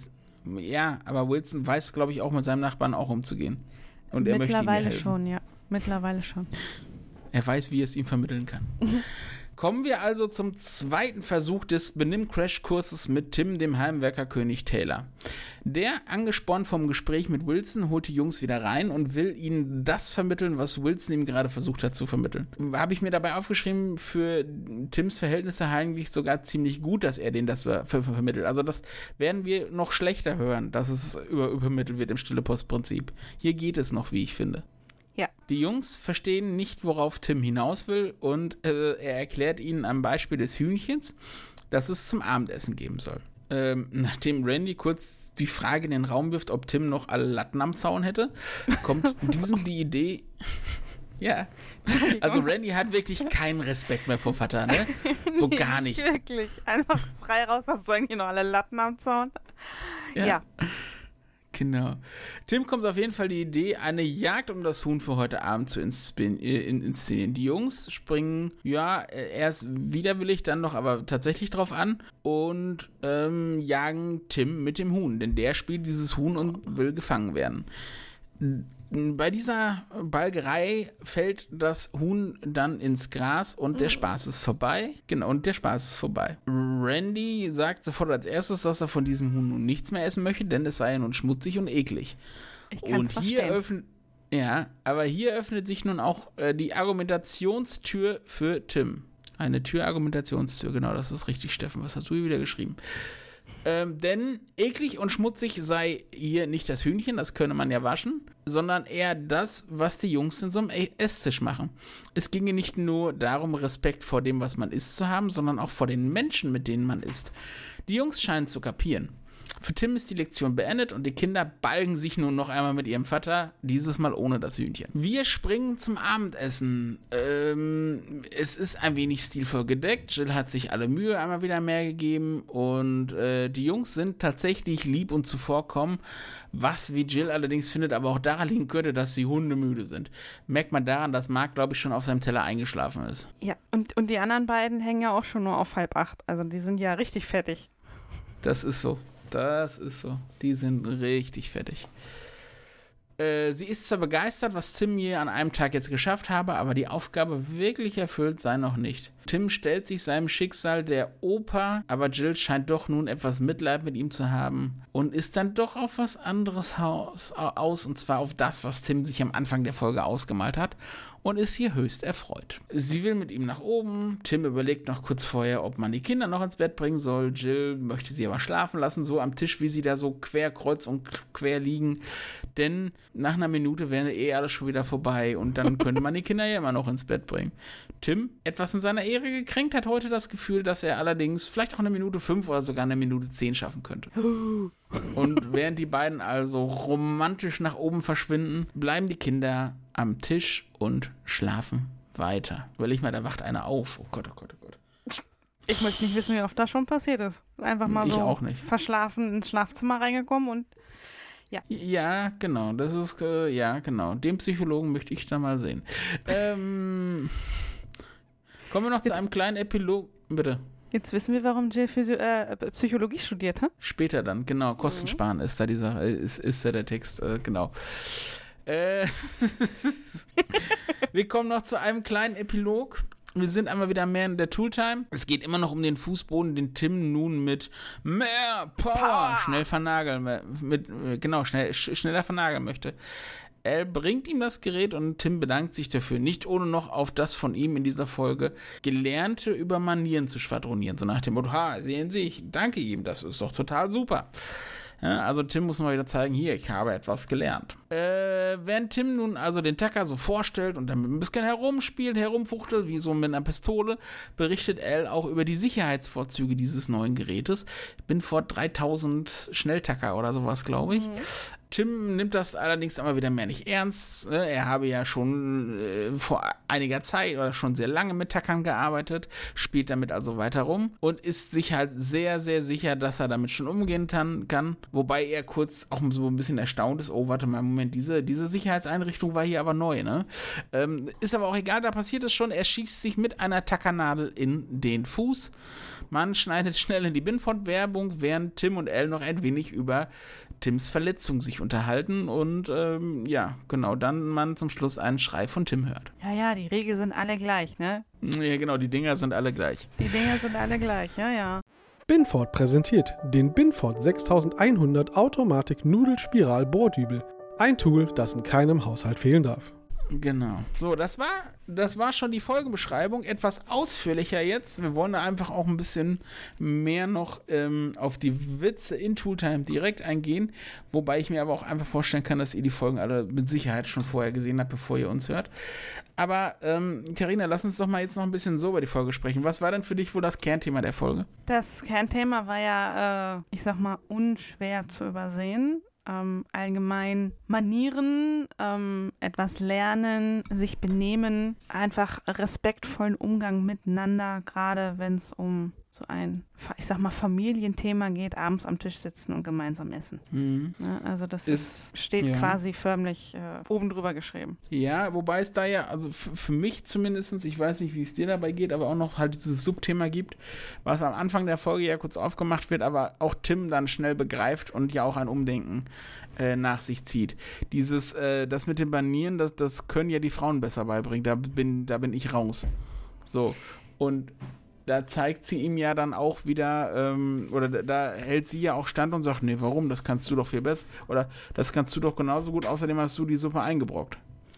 Aber Wilson weiß, glaube ich, auch mit seinem Nachbarn auch umzugehen. Und er möchte ihm ja helfen. Mittlerweile schon. Er weiß, wie er es ihm vermitteln kann. Kommen wir also zum zweiten Versuch des Benimm-Crash-Kurses mit Tim, dem Heimwerkerkönig Taylor. Der, angespornt vom Gespräch mit Wilson, holt die Jungs wieder rein und will ihnen das vermitteln, was Wilson ihm gerade versucht hat zu vermitteln. Habe ich mir dabei aufgeschrieben, für Tims Verhältnisse eigentlich sogar ziemlich gut, dass er denen das vermittelt. Also das werden wir noch schlechter hören, dass es übermittelt wird im Stille-Post-Prinzip. Hier geht es noch, wie ich finde. Ja. Die Jungs verstehen nicht, worauf Tim hinaus will und er erklärt ihnen am Beispiel des Hühnchens, dass es zum Abendessen geben soll. Nachdem Randy kurz die Frage in den Raum wirft, ob Tim noch alle Latten am Zaun hätte, kommt diesem die Idee... Ja, also Randy hat wirklich keinen Respekt mehr vor Vater, ne? So gar nicht. Wirklich. Einfach frei raus, hast du eigentlich noch alle Latten am Zaun? Ja. Genau. Tim kommt auf jeden Fall die Idee, eine Jagd um das Huhn für heute Abend zu inszenieren. Die Jungs springen, erst widerwillig, dann noch aber tatsächlich drauf an und jagen Tim mit dem Huhn, denn der spielt dieses Huhn und will gefangen werden. Bei dieser Balgerei fällt das Huhn dann ins Gras und der Spaß ist vorbei. Genau, und der Spaß ist vorbei. Randy sagt sofort als erstes, dass er von diesem Huhn nun nichts mehr essen möchte, denn es sei ja nun schmutzig und eklig. Ich kann es verstehen. Aber hier öffnet sich nun auch die Argumentationstür für Tim. Eine Argumentationstür, genau, das ist richtig, Steffen. Was hast du hier wieder geschrieben? Denn eklig und schmutzig sei hier nicht das Hühnchen, das könne man ja waschen, sondern eher das, was die Jungs in so einem Esstisch machen. Es ginge nicht nur darum, Respekt vor dem, was man isst, zu haben, sondern auch vor den Menschen, mit denen man isst. Die Jungs scheinen zu kapieren. Für Tim ist die Lektion beendet und die Kinder balgen sich nun noch einmal mit ihrem Vater, dieses Mal ohne das Hühnchen. Wir springen zum Abendessen. Es ist ein wenig stilvoll gedeckt. Jill hat sich alle Mühe einmal wieder mehr gegeben und die Jungs sind tatsächlich lieb und zuvorkommen, was, wie Jill allerdings findet, aber auch daran liegen könnte, dass sie hundemüde sind. Merkt man daran, dass Mark, glaube ich, schon auf seinem Teller eingeschlafen ist. Ja, und die anderen beiden hängen ja auch schon nur auf 7:30. Also die sind ja richtig fertig. Das ist so. Die sind richtig fertig. Sie ist zwar begeistert, was Tim hier an einem Tag jetzt geschafft habe, aber die Aufgabe wirklich erfüllt sei noch nicht. Tim stellt sich seinem Schicksal der Oper, aber Jill scheint doch nun etwas Mitleid mit ihm zu haben und ist dann doch auf was anderes aus, und zwar auf das, was Tim sich am Anfang der Folge ausgemalt hat, und ist hier höchst erfreut. Sie will mit ihm nach oben, Tim überlegt noch kurz vorher, ob man die Kinder noch ins Bett bringen soll, Jill möchte sie aber schlafen lassen, so am Tisch, wie sie da so kreuz und quer liegen, denn nach einer Minute wäre alles schon wieder vorbei und dann könnte man die Kinder ja immer noch ins Bett bringen. Tim, etwas in seiner Ehre gekränkt, hat heute das Gefühl, dass er allerdings vielleicht auch 1 Minute 5 oder sogar 1 Minute 10 schaffen könnte. Und während die beiden also romantisch nach oben verschwinden, bleiben die Kinder am Tisch und schlafen weiter. Überleg mal, da wacht einer auf. Oh Gott, oh Gott, oh Gott. Ich möchte nicht wissen, wie oft das schon passiert ist. Einfach mal ich so auch nicht. Verschlafen ins Schlafzimmer reingekommen und ja. Ja, genau. Das ist, genau. Den Psychologen möchte ich da mal sehen. Kommen wir noch zu einem kleinen Epilog. Bitte. Jetzt wissen wir, warum Jill Psychologie studiert, hä? Später dann, genau. Kostensparen ist da ist da der Text, genau. Wir kommen noch zu einem kleinen Epilog. Wir sind einmal wieder mehr in der Tooltime. Es geht immer noch um den Fußboden, den Tim nun mit mehr Power schneller vernageln möchte. Elle bringt ihm das Gerät und Tim bedankt sich dafür, nicht ohne noch auf das von ihm in dieser Folge Gelernte über Manieren zu schwadronieren. So nach dem Motto, sehen Sie, ich danke ihm, das ist doch total super. Ja, also Tim muss mal wieder zeigen, hier, ich habe etwas gelernt. Während Tim nun also den Tacker so vorstellt und damit ein bisschen herumfuchtelt, wie so mit einer Pistole, berichtet Elle auch über die Sicherheitsvorzüge dieses neuen Gerätes. Binford 3000 Schnelltacker oder sowas, glaube ich. Tim nimmt das allerdings immer wieder mehr nicht ernst. Er habe ja schon vor einiger Zeit oder schon sehr lange mit Tackern gearbeitet, spielt damit also weiter rum und ist sich halt sehr, sehr sicher, dass er damit schon umgehen kann. Wobei er kurz auch so ein bisschen erstaunt ist, oh, warte mal, Moment, diese Sicherheitseinrichtung war hier aber neu, ne? Ist aber auch egal, da passiert es schon, er schießt sich mit einer Tackernadel in den Fuß. Man schneidet schnell in die Binford-Werbung, während Tim und Elle noch ein wenig über Tims Verletzung sich unterhalten und dann man zum Schluss einen Schrei von Tim hört. Ja, die Regeln sind alle gleich, ne? Ja, genau, die Dinger sind alle gleich. Ja. Binford präsentiert den Binford 6100 Automatik Nudelspiral-Bohrdübel. Ein Tool, das in keinem Haushalt fehlen darf. Genau. So, das war schon die Folgenbeschreibung. Etwas ausführlicher jetzt. Wir wollen da einfach auch ein bisschen mehr noch auf die Witze in Tooltime direkt eingehen. Wobei ich mir aber auch einfach vorstellen kann, dass ihr die Folgen alle mit Sicherheit schon vorher gesehen habt, bevor ihr uns hört. Aber, Carina, lass uns doch mal jetzt noch ein bisschen so über die Folge sprechen. Was war denn für dich wohl das Kernthema der Folge? Das Kernthema war ja, unschwer zu übersehen. Allgemein Manieren, etwas lernen, sich benehmen, einfach respektvollen Umgang miteinander, gerade wenn es um so ein, Familienthema geht, abends am Tisch sitzen und gemeinsam essen. Mhm. Ja, also das steht quasi förmlich oben drüber geschrieben. Ja, wobei es da ja, also für mich zumindest, ich weiß nicht, wie es dir dabei geht, aber auch noch halt dieses Subthema gibt, was am Anfang der Folge ja kurz aufgemacht wird, aber auch Tim dann schnell begreift und ja auch ein Umdenken nach sich zieht. Dieses, das mit den Banieren, das können ja die Frauen besser beibringen, da bin ich raus. So, und da zeigt sie ihm ja dann auch wieder, da hält sie ja auch stand und sagt, nee, warum, das kannst du doch viel besser, oder das kannst du doch genauso gut, außerdem hast du die Suppe eingebrockt.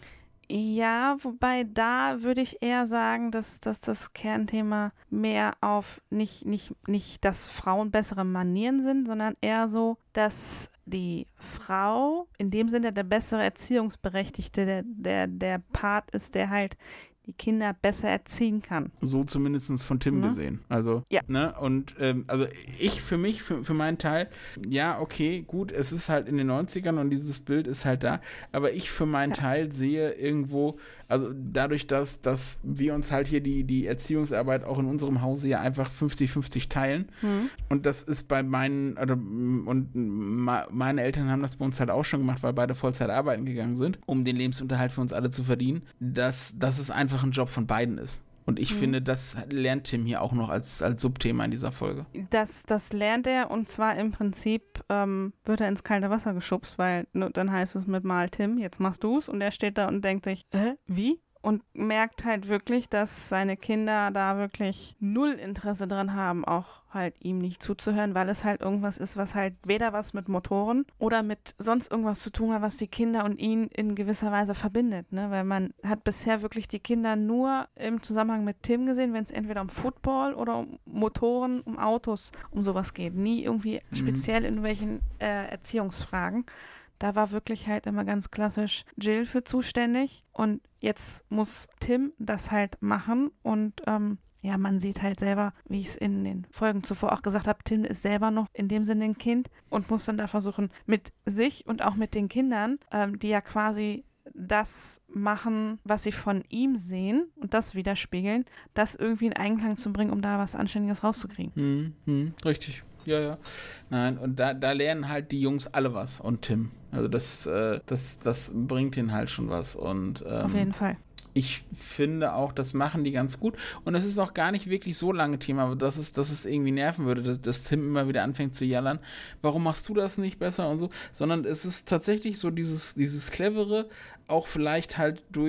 Ja, wobei da würde ich eher sagen, dass das Kernthema mehr auf nicht, dass Frauen bessere Manieren sind, sondern eher so, dass die Frau in dem Sinne der bessere Erziehungsberechtigte, der Part ist, der halt die Kinder besser erziehen kann. So zumindest von Tim gesehen. Also, ja. Ne? Und also ich für meinen Teil, ja, okay, gut, es ist halt in den 90ern und dieses Bild ist halt da, aber ich für meinen Teil sehe irgendwo, also dadurch, dass wir uns halt hier die Erziehungsarbeit auch in unserem Hause ja einfach 50-50 teilen und das ist bei meine Eltern haben das bei uns halt auch schon gemacht, weil beide Vollzeit arbeiten gegangen sind, um den Lebensunterhalt für uns alle zu verdienen, dass es einfach ein Job von beiden ist. Und ich finde, das lernt Tim hier auch noch als Subthema in dieser Folge. Das lernt er und zwar im Prinzip wird er ins kalte Wasser geschubst, weil dann heißt es mit mal Tim, jetzt machst du's und er steht da und denkt sich, wie? Und merkt halt wirklich, dass seine Kinder da wirklich null Interesse dran haben, auch halt ihm nicht zuzuhören, weil es halt irgendwas ist, was halt weder was mit Motoren oder mit sonst irgendwas zu tun hat, was die Kinder und ihn in gewisser Weise verbindet, ne? Weil man hat bisher wirklich die Kinder nur im Zusammenhang mit Tim gesehen, wenn es entweder um Football oder um Motoren, um Autos, um sowas geht. Nie irgendwie speziell in welchen Erziehungsfragen. Da war wirklich halt immer ganz klassisch Jill für zuständig und jetzt muss Tim das halt machen und man sieht halt selber, wie ich es in den Folgen zuvor auch gesagt habe, Tim ist selber noch in dem Sinne ein Kind und muss dann da versuchen, mit sich und auch mit den Kindern, die ja quasi das machen, was sie von ihm sehen und das widerspiegeln, das irgendwie in Einklang zu bringen, um da was Anständiges rauszukriegen. Richtig. Ja. Nein, und da lernen halt die Jungs alle was und Tim. Also das bringt ihnen halt schon was. Und auf jeden Fall. Ich finde auch, das machen die ganz gut. Und es ist auch gar nicht wirklich so lange Thema, dass es irgendwie nerven würde, dass Tim immer wieder anfängt zu jallern. Warum machst du das nicht besser und so? Sondern es ist tatsächlich so dieses Clevere, auch vielleicht halt durch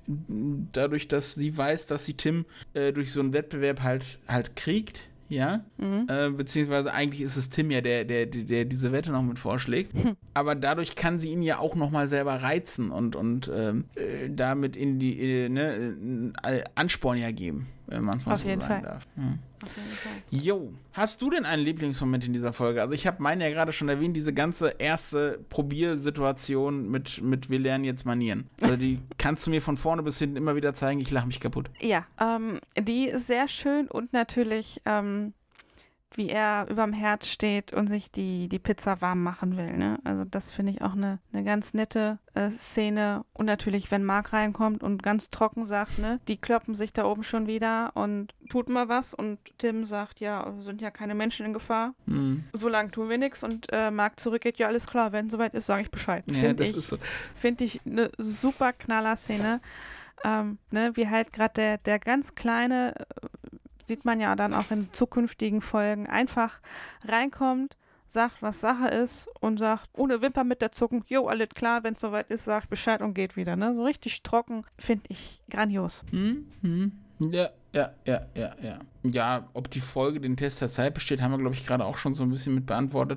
dadurch, dass sie weiß, dass sie Tim durch so einen Wettbewerb halt kriegt. Ja, beziehungsweise eigentlich ist es Tim ja, der diese Wette noch mit vorschlägt. Aber dadurch kann sie ihn ja auch nochmal selber reizen und damit in die Ansporn ja geben, wenn man es mal so sagen darf. Auf jeden Fall. Jo, hast du denn einen Lieblingsmoment in dieser Folge? Also ich habe meine ja gerade schon erwähnt, diese ganze erste Probiersituation mit wir lernen jetzt Manieren. Also die kannst du mir von vorne bis hinten immer wieder zeigen, ich lache mich kaputt. Ja, die ist sehr schön und natürlich, wie er überm Herd steht und sich die Pizza warm machen will. Ne? Also das finde ich auch eine ganz nette Szene. Und natürlich, wenn Mark reinkommt und ganz trocken sagt, ne, die kloppen sich da oben schon wieder und tut mal was. Und Tim sagt, ja, sind ja keine Menschen in Gefahr. Solange tun wir nichts. Und Mark zurückgeht, ja, alles klar, wenn soweit ist, sage ich Bescheid. Ja, ist so. Finde ich eine super Knaller-Szene. Wie halt gerade der ganz kleine, sieht man ja dann auch in zukünftigen Folgen, einfach reinkommt, sagt, was Sache ist und sagt, ohne Wimpern mit der Zucken, jo, alles klar, wenn es soweit ist, sagt Bescheid und geht wieder. Ne? So richtig trocken, finde ich grandios. Ja. Ja, ob die Folge den Test der Zeit besteht, haben wir, glaube ich, gerade auch schon so ein bisschen mit beantwortet.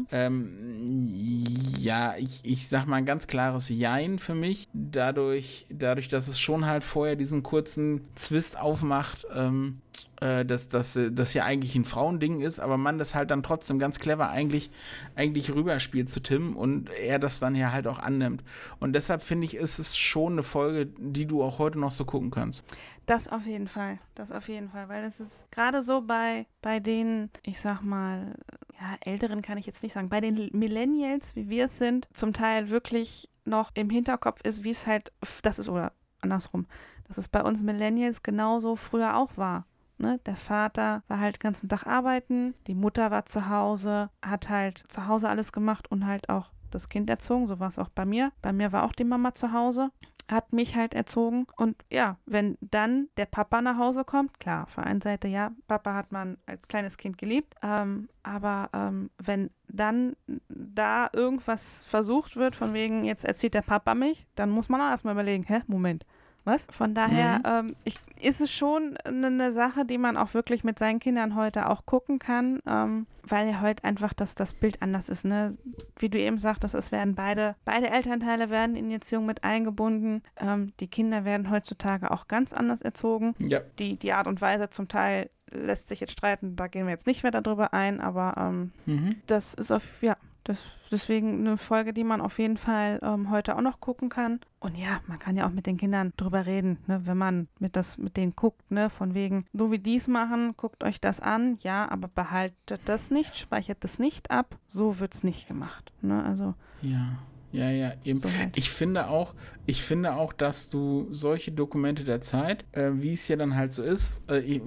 Ich sag mal ein ganz klares Jein für mich. Dadurch, dass es schon halt vorher diesen kurzen Zwist aufmacht, dass das ja eigentlich ein Frauending ist, aber man das halt dann trotzdem ganz clever eigentlich rüberspielt zu Tim und er das dann ja halt auch annimmt. Und deshalb finde ich, ist es schon eine Folge, die du auch heute noch so gucken kannst. Das auf jeden Fall, weil es ist gerade so bei den, ich sag mal, ja, Älteren kann ich jetzt nicht sagen, bei den Millennials, wie wir es sind, zum Teil wirklich noch im Hinterkopf ist, wie es halt, das ist, oder andersrum, dass es bei uns Millennials genauso früher auch war. Ne? Der Vater war halt den ganzen Tag arbeiten, die Mutter war zu Hause, hat halt zu Hause alles gemacht und halt auch das Kind erzogen, so war es auch bei mir. Bei mir war auch die Mama zu Hause, hat mich halt erzogen und ja, wenn dann der Papa nach Hause kommt, klar, auf der einen Seite ja, Papa hat man als kleines Kind geliebt, aber wenn dann da irgendwas versucht wird, von wegen, jetzt erzieht der Papa mich, dann muss man auch erstmal überlegen, Moment, was? Von daher ist es schon eine Sache, die man auch wirklich mit seinen Kindern heute auch gucken kann, weil ja heute einfach das Bild anders ist. Ne? Wie du eben sagtest, es werden beide Elternteile werden in die Erziehung mit eingebunden. Die Kinder werden heutzutage auch ganz anders erzogen. Ja. Die Art und Weise zum Teil lässt sich jetzt streiten, da gehen wir jetzt nicht mehr darüber ein, aber das ist deswegen eine Folge, die man auf jeden Fall heute auch noch gucken kann. Und ja, man kann ja auch mit den Kindern drüber reden, ne, wenn man mit denen guckt, ne, von wegen, so wie die es machen, guckt euch das an, ja, aber behaltet das nicht, speichert das nicht ab, so wird's nicht gemacht, ne, also. Ja, eben. So halt. Ich finde auch, dass du solche Dokumente der Zeit, wie es ja dann halt so ist,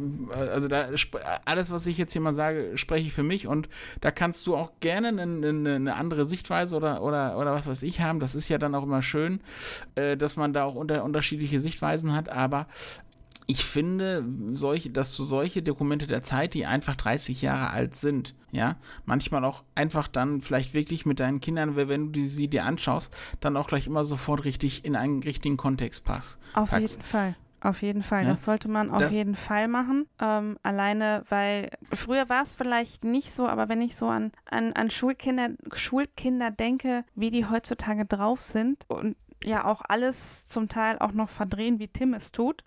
alles, was ich jetzt hier mal sage, spreche ich für mich und da kannst du auch gerne eine andere Sichtweise oder was weiß ich haben. Das ist ja dann auch immer schön, dass man da auch unterschiedliche Sichtweisen hat, aber ich finde, dass du solche Dokumente der Zeit, die einfach 30 Jahre alt sind, ja, manchmal auch einfach dann vielleicht wirklich mit deinen Kindern, wenn du sie dir anschaust, dann auch gleich immer sofort richtig in einen richtigen Kontext packst. Auf jeden Fall. Ja? Das sollte man auf jeden Fall machen. Alleine, weil früher war es vielleicht nicht so, aber wenn ich so an Schulkinder denke, wie die heutzutage drauf sind und ja auch alles zum Teil auch noch verdrehen, wie Tim es tut,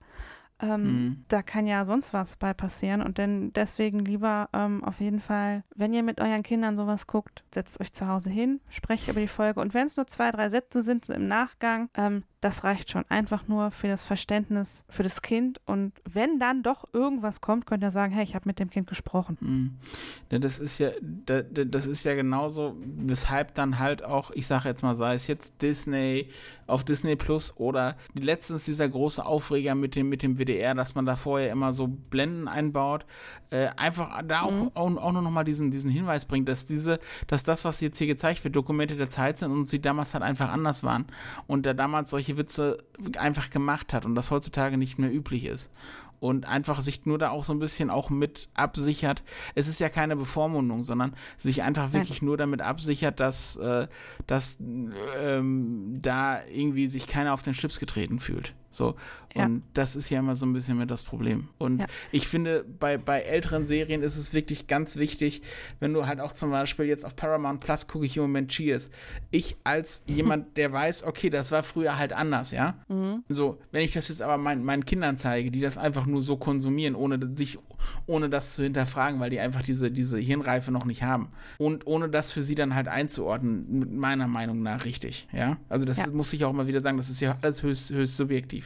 da kann ja sonst was bei passieren und deswegen lieber auf jeden Fall, wenn ihr mit euren Kindern sowas guckt, setzt euch zu Hause hin, sprecht über die Folge und wenn es nur 2, 3 Sätze sind im Nachgang, das reicht schon. Einfach nur für das Verständnis für das Kind und wenn dann doch irgendwas kommt, könnt ihr sagen, hey, ich habe mit dem Kind gesprochen. Ja, das ist ja genauso, weshalb dann halt auch, ich sage jetzt mal, sei es jetzt Disney auf Disney Plus oder letztens dieser große Aufreger mit dem WDR, dass man da vorher immer so Blenden einbaut, einfach da auch nur noch mal diesen Hinweis bringt, dass das, was jetzt hier gezeigt wird, Dokumente der Zeit sind und sie damals halt einfach anders waren und der damals solche Witze einfach gemacht hat und das heutzutage nicht mehr üblich ist. Und einfach sich nur da auch so ein bisschen auch mit absichert. Es ist ja keine Bevormundung, sondern sich einfach wirklich nur damit absichert, dass da irgendwie sich keiner auf den Schlips getreten fühlt. So. Und das ist ja immer so ein bisschen mit das Problem. Und ich finde, bei älteren Serien ist es wirklich ganz wichtig, wenn du halt auch zum Beispiel jetzt auf Paramount Plus gucke ich im Moment Cheers. Ich als jemand, der weiß, okay, das war früher halt anders, ja? So, wenn ich das jetzt aber meinen Kindern zeige, die das einfach nur so konsumieren, ohne das zu hinterfragen, weil die einfach diese Hirnreife noch nicht haben. Und ohne das für sie dann halt einzuordnen, meiner Meinung nach richtig, ja? Also das muss ich auch immer wieder sagen, das ist ja alles höchst subjektiv.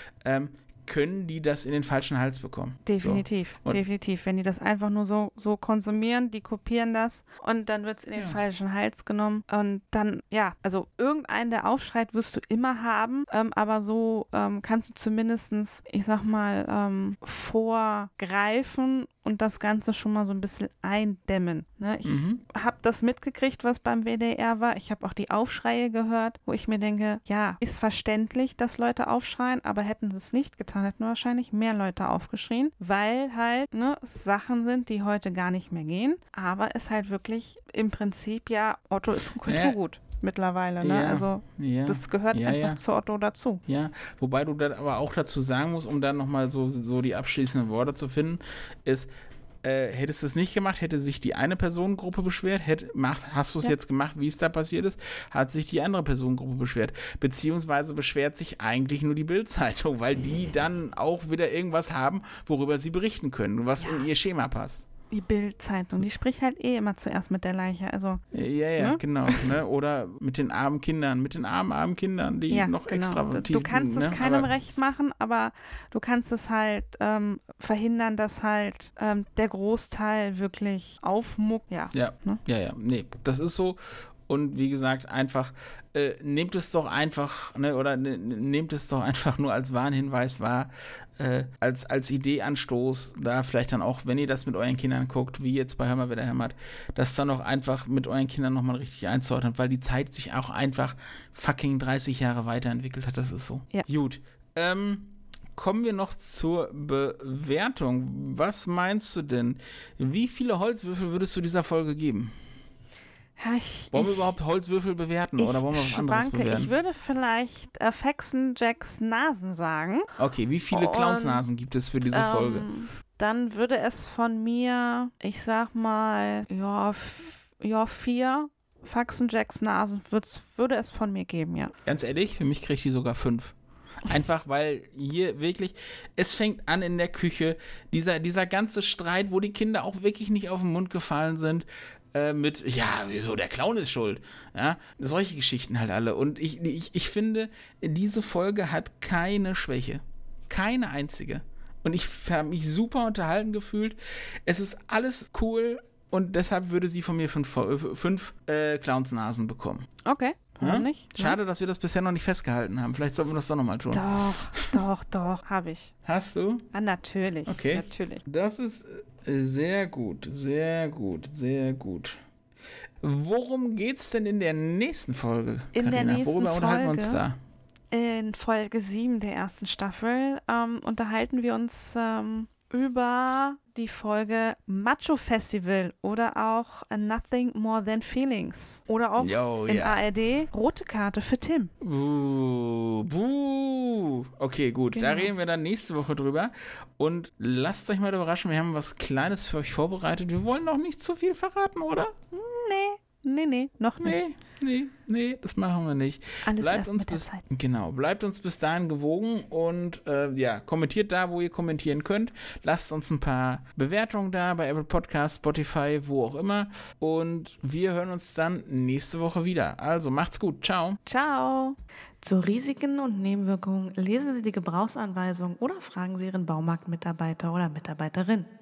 Können die das in den falschen Hals bekommen. Definitiv, so. Definitiv. Wenn die das einfach nur so konsumieren, die kopieren das und dann wird es in den falschen Hals genommen und dann, also irgendeinen, der aufschreit, wirst du immer haben, aber so kannst du zumindest, ich sag mal, vorgreifen und das Ganze schon mal so ein bisschen eindämmen. Ne? Ich habe das mitgekriegt, was beim WDR war. Ich habe auch die Aufschreie gehört, wo ich mir denke, ja, ist verständlich, dass Leute aufschreien, aber hätten sie es nicht getan, hätten wahrscheinlich mehr Leute aufgeschrien, weil halt Sachen sind, die heute gar nicht mehr gehen, aber es halt wirklich im Prinzip Otto ist ein Kulturgut. Mittlerweile, ne? Also das gehört einfach zu Otto dazu. Ja, wobei du das aber auch dazu sagen musst, um dann nochmal so die abschließenden Worte zu finden, ist, hättest du es nicht gemacht, hätte sich die eine Personengruppe beschwert, hast du es jetzt gemacht, wie es da passiert ist, hat sich die andere Personengruppe beschwert. Beziehungsweise beschwert sich eigentlich nur die Bild-Zeitung, weil die dann auch wieder irgendwas haben, worüber sie berichten können, was in ihr Schema passt. Die Bild-Zeitung, die spricht halt immer zuerst mit der Leiche, also. Ja, genau, ne? Oder mit den armen Kindern, mit den armen Kindern, die noch extra. Du kannst es keinem recht machen, aber du kannst es halt verhindern, dass halt der Großteil wirklich aufmuckt. Nee, das ist so. Und wie gesagt, einfach, nehmt es doch einfach, nehmt es doch einfach nur als Warnhinweis wahr, als Ideeanstoß, da vielleicht dann auch, wenn ihr das mit euren Kindern guckt, wie jetzt bei Hör mal, wer da hämmert, das dann auch einfach mit euren Kindern nochmal richtig einzuordnen, weil die Zeit sich auch einfach fucking 30 Jahre weiterentwickelt hat, das ist so. Ja. Gut. Kommen wir noch zur Bewertung. Was meinst du denn? Wie viele Holzwürfel würdest du dieser Folge geben? Wollen wir überhaupt Holzwürfel bewerten oder wollen wir was anderes bewerten? Ich würde vielleicht Faxen-Jacks Nasen sagen. Okay, wie viele Clownsnasen gibt es für diese Folge? Dann würde es von mir, ich sag mal, 4 Faxen-Jacks Nasen würde es von mir geben, ja. Ganz ehrlich, für mich kriegt die sogar 5. Einfach, weil hier wirklich, es fängt an in der Küche, dieser ganze Streit, wo die Kinder auch wirklich nicht auf den Mund gefallen sind, wieso, der Clown ist schuld. Ja, solche Geschichten halt alle. Und ich finde, diese Folge hat keine Schwäche. Keine einzige. Und ich habe mich super unterhalten gefühlt. Es ist alles cool und deshalb würde sie von mir 5 Clownsnasen bekommen. Okay. Warum nicht? Schade, dass wir das bisher noch nicht festgehalten haben. Vielleicht sollten wir das doch nochmal tun. Doch, habe ich. Hast du? Natürlich. Okay. Natürlich. Das ist sehr gut, sehr gut, sehr gut. Worum geht's denn in der nächsten Folge, Carina? Der nächsten Worüber unterhalten wir uns da? In Folge 7 der ersten Staffel unterhalten wir uns über die Folge Macho Festival oder auch Nothing More Than Feelings oder auch in ARD Rote Karte für Tim. Okay, gut. Genau. Da reden wir dann nächste Woche drüber und lasst euch mal überraschen, wir haben was Kleines für euch vorbereitet. Wir wollen noch nicht zu viel verraten, oder? Nee, noch nicht. Nee, das machen wir nicht. Alles erst mit der Zeit. Genau, bleibt uns bis dahin gewogen und kommentiert da, wo ihr kommentieren könnt. Lasst uns ein paar Bewertungen da bei Apple Podcasts, Spotify, wo auch immer. Und wir hören uns dann nächste Woche wieder. Also macht's gut. Ciao. Ciao. Zu Risiken und Nebenwirkungen lesen Sie die Gebrauchsanweisung oder fragen Sie Ihren Baumarktmitarbeiter oder Mitarbeiterin.